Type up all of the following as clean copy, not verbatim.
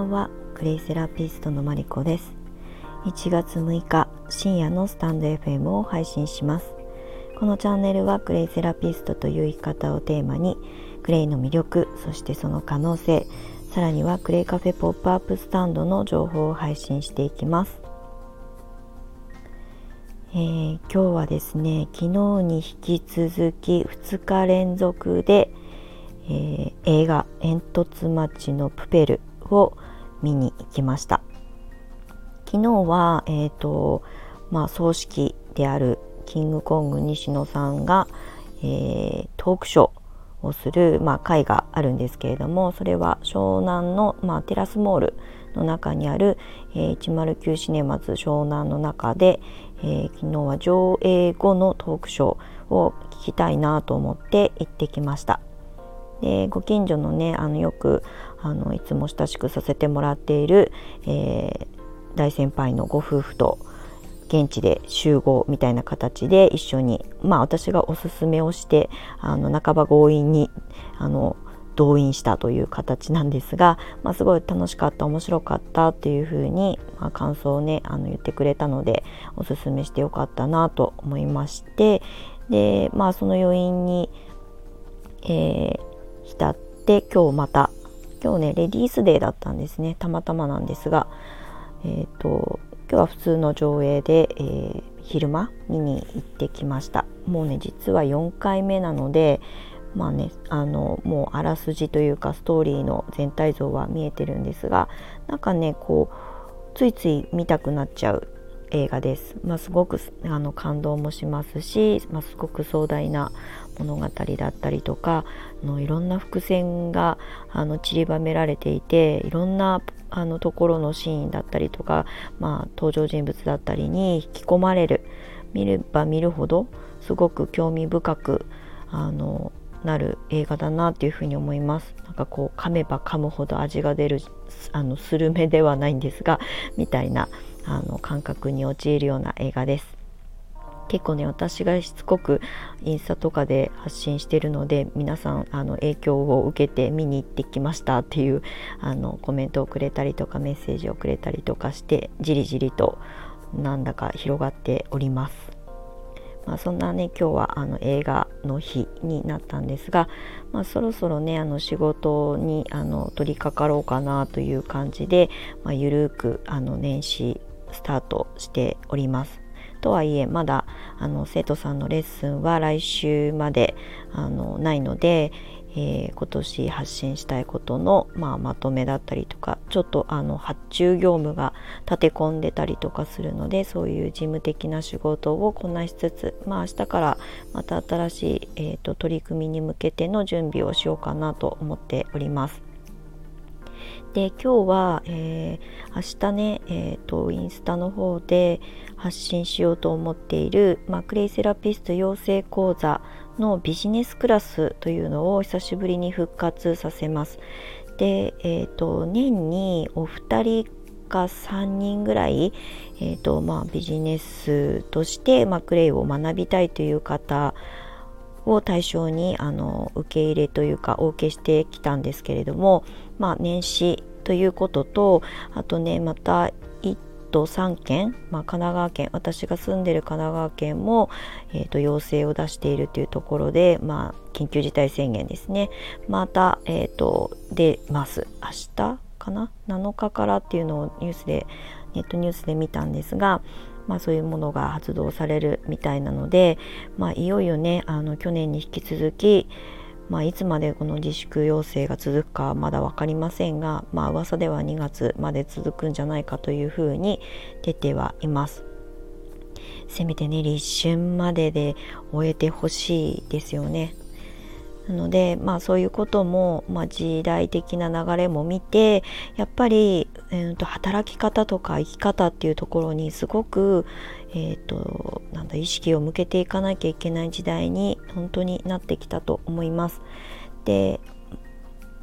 んは。クレイセラピストのマリコです。1月6日深夜のスタンド FM を配信します。このチャンネルはクレイセラピストという生き方をテーマに、クレイの魅力、そしてその可能性、さらにはクレイカフェポップアップスタンドの情報を配信していきます。今日はですね、昨日に引き続き2日連続で、映画煙突町のプペルを見に行きました。昨日は、葬式であるキングコング西野さんが、トークショーをする、会があるんですけれども、それは湘南の、テラスモールの中にある、109シネマズ湘南の中で、昨日は上映後のトークショーを聞きたいなと思って行ってきました。で、ご近所のね、よくいつも親しくさせてもらっている、大先輩のご夫婦と現地で集合みたいな形で一緒に、私がおすすめをして半ば強引に動員したという形なんですが、すごい楽しかった、面白かったっていう風に、感想をね言ってくれたので、おすすめしてよかったなと思いまして、で、その余韻に、浸って今日ねレディースデーだったんですね。たまたまなんですが、今日は普通の上映で、昼間見に行ってきました。もうね実は4回目なので、もうあらすじというかストーリーの全体像は見えてるんですが、なんかねついつい見たくなっちゃう映画です。すごく感動もしますし、すごく壮大な物語だったりとか、いろんな伏線が散りばめられていて、いろんなところのシーンだったりとか、登場人物だったりに引き込まれる、見れば見るほどすごく興味深くなる映画だなっていうふうに思います。なんか噛めば噛むほど味が出るスルメではないんですがみたいな感覚に陥るような映画です。結構ね、私がしつこくインスタとかで発信しているので、皆さん影響を受けて見に行ってきましたっていうコメントをくれたりとかメッセージをくれたりとかして、じりじりとなんだか広がっております。そんなね今日は映画の日になったんですが、そろそろね仕事に取り掛かろうかなという感じで、ゆるく年始スタートしております。とはいえまだ生徒さんのレッスンは来週までないので、今年発信したいことの、まとめだったりとか、ちょっと発注業務が立て込んでたりとかするので、そういう事務的な仕事をこなしつつ、明日からまた新しい、取り組みに向けての準備をしようかなと思っております。で、今日は、明日ね、インスタの方で発信しようと思っている、クレイセラピスト養成講座のビジネスクラスというのを久しぶりに復活させます。で、年にお二人か3人ぐらい、ビジネスとして、クレイを学びたいという方を対象に受け入れというかお受けしてきたんですけれども、年始ということと、あとねまた1都3県、神奈川県、私が住んでる神奈川県も、要請を出しているというところで、緊急事態宣言ですね、また、出ます。明日かな、7日からっていうのをネットニュースで見たんですが、そういうものが発動されるみたいなので、いよいよね去年に引き続き、いつまでこの自粛要請が続くかまだ分かりませんが、噂では2月まで続くんじゃないかというふうに出てはいます。せめてね立春までで終えてほしいですよね。なので、そういうことも、時代的な流れも見て、やっぱり、働き方とか生き方っていうところにすごく、意識を向けていかなきゃいけない時代に本当になってきたと思います。で、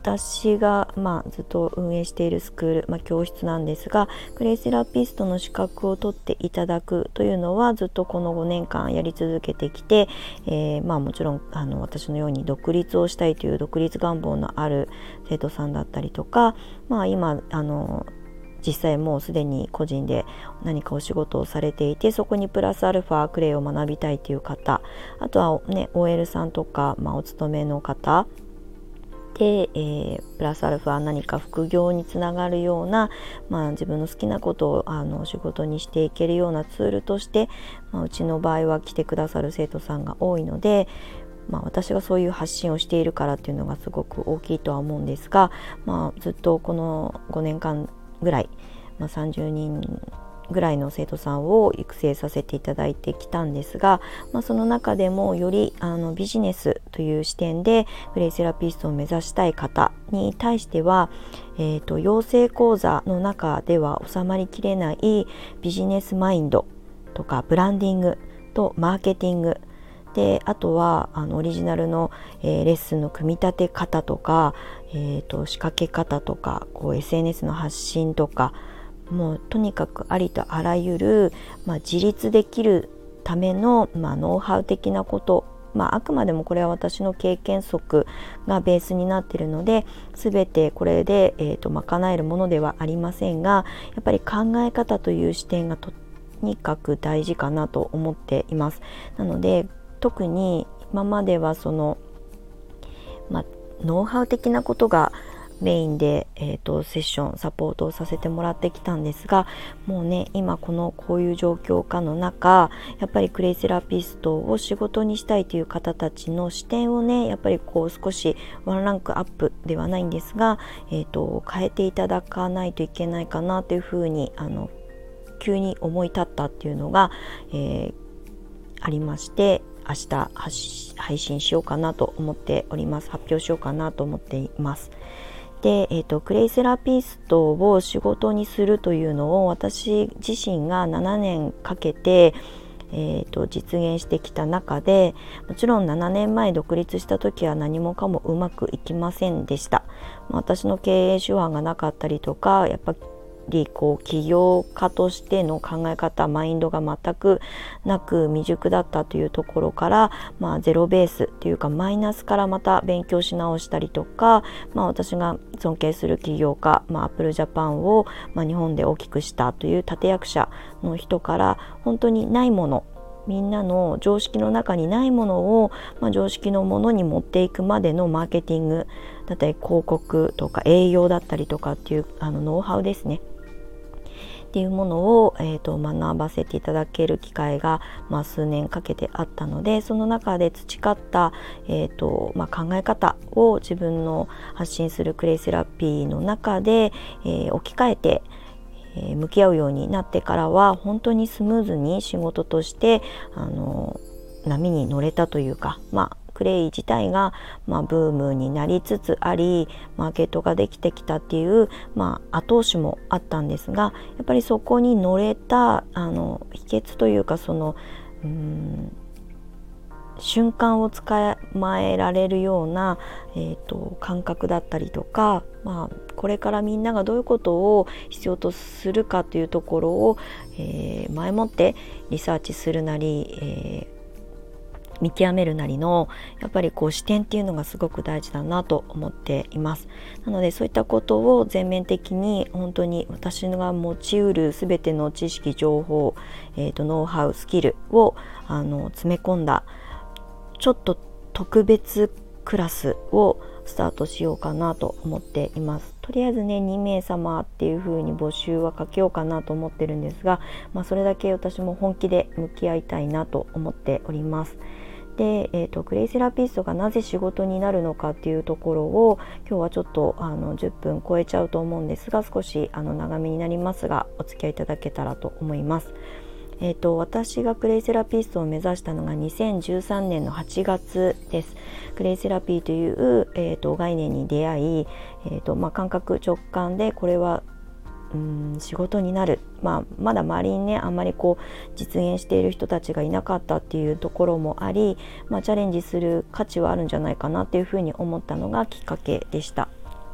私が、ずっと運営しているスクール、教室なんですが、クレイセラピストの資格を取っていただくというのはずっとこの5年間やり続けてきて、もちろん私のように独立をしたいという独立願望のある生徒さんだったりとか、今実際もうすでに個人で何かお仕事をされていて、そこにプラスアルファクレイを学びたいという方、あとはね OL さんとか、お勤めの方で、プラスアルファ何か副業につながるような、自分の好きなことを仕事にしていけるようなツールとして、うちの場合は来てくださる生徒さんが多いので、私がそういう発信をしているからっていうのがすごく大きいとは思うんですが、ずっとこの5年間ぐらい、30人ぐらいの生徒さんを育成させていただいてきたんですが、その中でもよりビジネスという視点でクレイセラピストを目指したい方に対しては、養成講座の中では収まりきれないビジネスマインドとかブランディングとマーケティングで、あとはオリジナルの、レッスンの組み立て方とか、仕掛け方とかSNS の発信とか、もうとにかくありとあらゆる、自立できるための、ノウハウ的なこと、あくまでもこれは私の経験則がベースになっているので、全てこれで、賄えるものではありませんが、やっぱり考え方という視点がとにかく大事かなと思っています。なので特に今まではその、ノウハウ的なことがメインで、セッションサポートをさせてもらってきたんですが、もうね今こういう状況下の中、やっぱりクレイセラピストを仕事にしたいという方たちの視点をね、やっぱり少しワンランクアップではないんですが、変えていただかないといけないかなというふうに急に思い立ったっていうのが、ありまして、明日配信しようかなと思っております。発表しようかなと思っています。で、クレイセラピストを仕事にするというのを私自身が7年かけて、実現してきた中で、もちろん7年前独立した時は何もかもうまくいきませんでした。私の経営手腕がなかったりとか、やっぱり起業家としての考え方、マインドが全くなく未熟だったというところから、ゼロベースというかマイナスからまた勉強し直したりとか、私が尊敬する起業家、アップルジャパンを、日本で大きくしたという立役者の人から、本当にないもの、みんなの常識の中にないものを、常識のものに持っていくまでのマーケティングだったり広告とか営業だったりとかっていうノウハウですねっていうものを、学ばせていただける機会が、数年かけてあったので、その中で培った、考え方を自分の発信するクレイセラピーの中で、置き換えて、向き合うようになってからは、本当にスムーズに仕事として波に乗れたというか、クレイ自体が、ブームになりつつあり、マーケットができてきたっていう、後押しもあったんですが、やっぱりそこに乗れた秘訣というか、その瞬間を捕まえられるような、感覚だったりとか、これからみんながどういうことを必要とするかというところを、前もってリサーチするなり、見極めるなりのやっぱり視点っていうのがすごく大事だなと思っています。なのでそういったことを全面的に本当に私が持ちうるすべての知識情報、ノウハウスキルを詰め込んだちょっと特別クラスをスタートしようかなと思っています。とりあえずね2名様っていう風に募集はかけようかなと思ってるんですが、それだけ私も本気で向き合いたいなと思っております。で、クレイセラピストがなぜ仕事になるのかっていうところを今日はちょっと10分超えちゃうと思うんですが、少し長めになりますがお付き合いいただけたらと思います。私がクレイセラピストを目指したのが2013年の8月です。クレイセラピーという、概念に出会い、感覚直感でこれは仕事になる、まだ周りにねあんまり実現している人たちがいなかったっていうところもあり、チャレンジする価値はあるんじゃないかなっていうふうに思ったのがきっかけでした。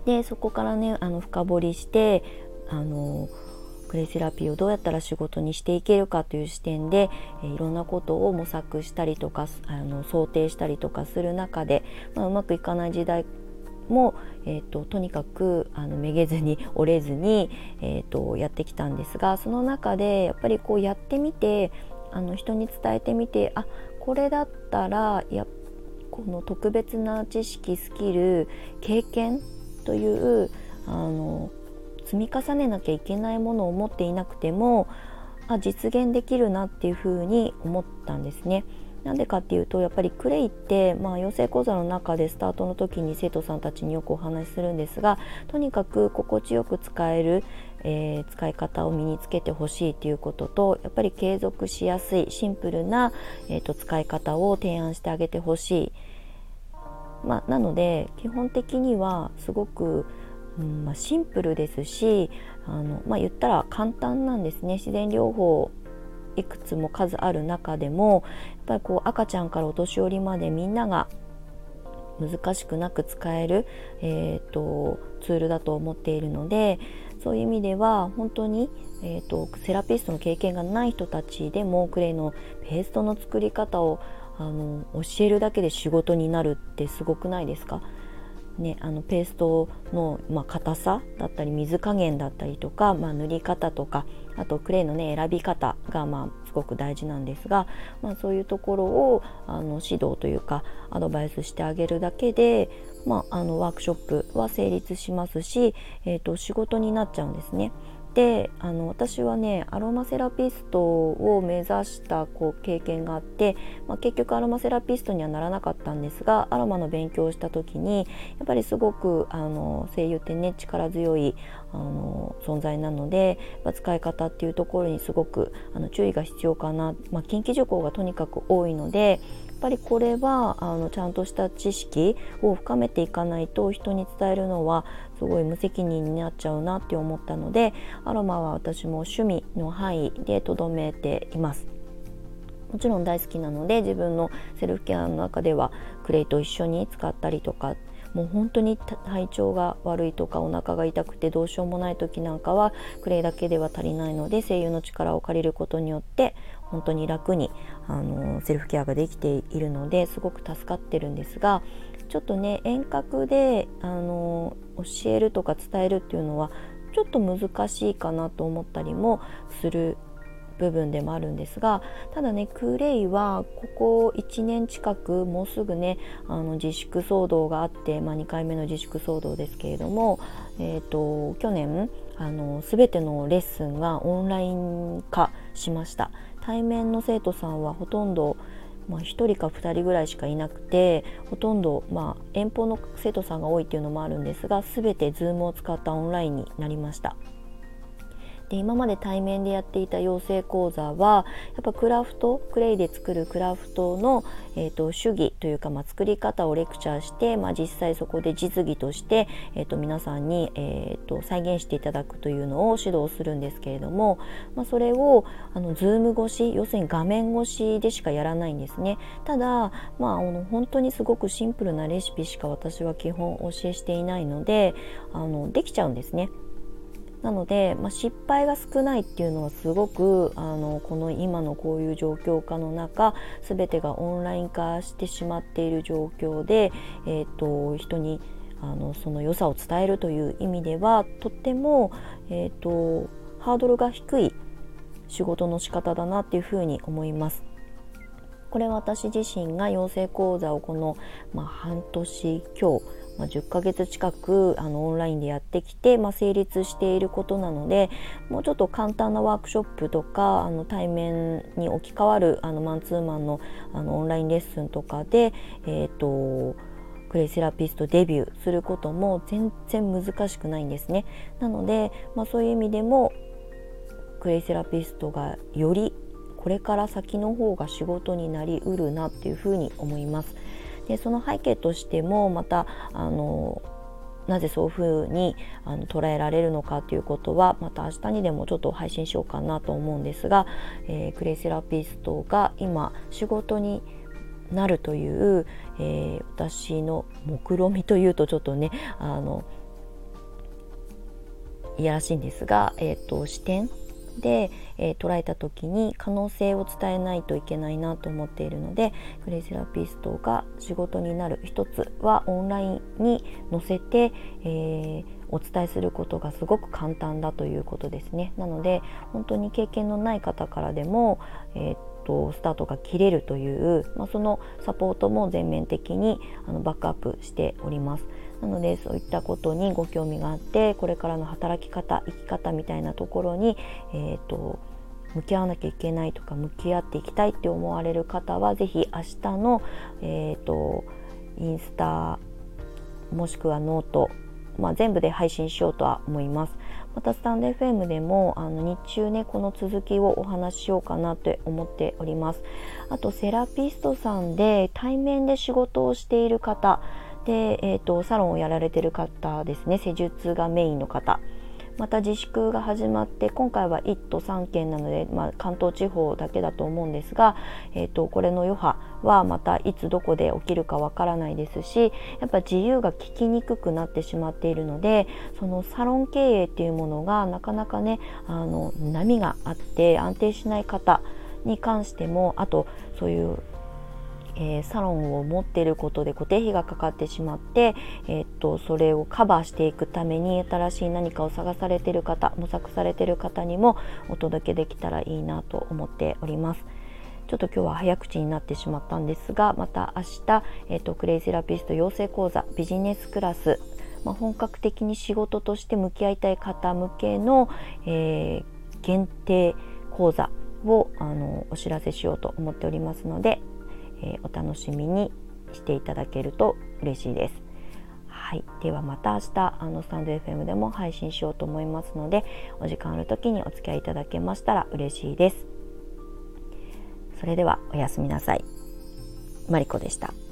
でそこからね深掘りしてクレイセラピーをどうやったら仕事にしていけるかという視点で、いろんなことを模索したりとか想定したりとかする中で、うまくいかない時代も、とにかくめげずに折れずに、やってきたんですが、その中でやっぱりこうやってみて人に伝えてみて、これだったらこの特別な知識スキル経験という積み重ねなきゃいけないものを持っていなくても実現できるなっていうふうに思ったんですね。なんでかっていうと、やっぱりクレイって、養成講座の中でスタートの時に生徒さんたちによくお話しするんですが、とにかく心地よく使える、使い方を身につけてほしいということと、やっぱり継続しやすいシンプルな、使い方を提案してあげてほしい。なので基本的にはすごくシンプルですし言ったら簡単なんですね。自然療法いくつも数ある中でもやっぱりこう赤ちゃんからお年寄りまでみんなが難しくなく使える、ツールだと思っているので、そういう意味では本当に、セラピストの経験がない人たちでもクレイのペーストの作り方を教えるだけで仕事になるってすごくないですか？ペーストの、硬さだったり水加減だったりとか、塗り方とか、あとクレイの選び方がすごく大事なんですが、そういうところを指導というかアドバイスしてあげるだけで、ワークショップは成立しますし、仕事になっちゃうんですね。で私はねアロマセラピストを目指した経験があって、結局アロマセラピストにはならなかったんですが、アロマの勉強をした時にやっぱりすごく声優ってね力強い存在なので、使い方っていうところにすごく注意が必要かな。近畿受講がとにかく多いので、やっぱりこれはちゃんとした知識を深めていかないと人に伝えるのはすごい無責任になっちゃうなって思ったので、アロマは私も趣味の範囲で留めています。もちろん大好きなので自分のセルフケアの中ではクレイと一緒に使ったりとか、もう本当に体調が悪いとかお腹が痛くてどうしようもない時なんかはクレイだけでは足りないので、声優の力を借りることによって本当に楽にセルフケアができているのですごく助かってるんですが、ちょっとね遠隔で教えるとか伝えるっていうのはちょっと難しいかなと思ったりもする部分でもあるんですが、ただねクレイはここ1年近くもうすぐね自粛騒動があって、2回目の自粛騒動ですけれども、去年全てのレッスンがオンライン化しました。対面の生徒さんはほとんど1人か2人ぐらいしかいなくて、ほとんど、遠方の生徒さんが多いっていうのもあるんですが、全て Zoom を使ったオンラインになりました。で今まで対面でやっていた養成講座はやっぱクレイで作るクラフトの、手技というか、作り方をレクチャーして、実際そこで実技として、皆さんに、再現していただくというのを指導するんですけれども、それをZoom 越し、要するに画面越しでしかやらないんですね。ただ、本当にすごくシンプルなレシピしか私は基本お教えしていないのでできちゃうんですね。なので、失敗が少ないっていうのはすごくこの今のこういう状況下の中、全てがオンライン化してしまっている状況で、人にその良さを伝えるという意味ではとっても、ハードルが低い仕事の仕方だなっていうふうに思います。これは私自身が養成講座をこの、半年強10ヶ月近くオンラインでやってきて、成立していることなので、もうちょっと簡単なワークショップとか対面に置き換わるマンツーマンのオンラインレッスンとかで、クレイセラピストデビューすることも全然難しくないんですね。なので、そういう意味でもクレイセラピストがよりこれから先の方が仕事になりうるなっていうふうに思います。でその背景としてもまたなぜそういうふうに捉えられるのかということはまた明日にでもちょっと配信しようかなと思うんですが、クレイセラピストが今仕事になるという、私の目論見というとちょっとねいやらしいんですが、視点で、捉えた時に可能性を伝えないといけないなと思っているので、クレイセラピストが仕事になる一つはオンラインに載せて、お伝えすることがすごく簡単だということですね。なので本当に経験のない方からでも、スタートが切れるという、そのサポートも全面的にバックアップしております。なのでそういったことにご興味があって、これからの働き方生き方みたいなところに、向き合わなきゃいけないとか向き合っていきたいって思われる方は、ぜひ明日の、インスタもしくはノート、全部で配信しようとは思います。またスタンド FM でも日中ね、この続きをお話ししようかなと思っております。あとセラピストさんで対面で仕事をしている方で、サロンをやられている方ですね、施術がメインの方、また自粛が始まって、今回は1都3県なので、関東地方だけだと思うんですが、これの余波はまたいつどこで起きるかわからないですし、やっぱ自由が利きにくくなってしまっているので、そのサロン経営っていうものがなかなかね、波があって安定しない方に関しても、あとそういうサロンを持っていることで固定費がかかってしまって、それをカバーしていくために新しい何かを探されている方、模索されている方にもお届けできたらいいなと思っております。ちょっと今日は早口になってしまったんですが、また明日、クレイセラピスト養成講座ビジネスクラス、本格的に仕事として向き合いたい方向けの、限定講座をお知らせしようと思っておりますので、お楽しみにしていただけると嬉しいです。はい、ではまた明日スタンド FM でも配信しようと思いますので、お時間ある時にお付き合いいただけましたら嬉しいです。それではおやすみなさい。マリコでした。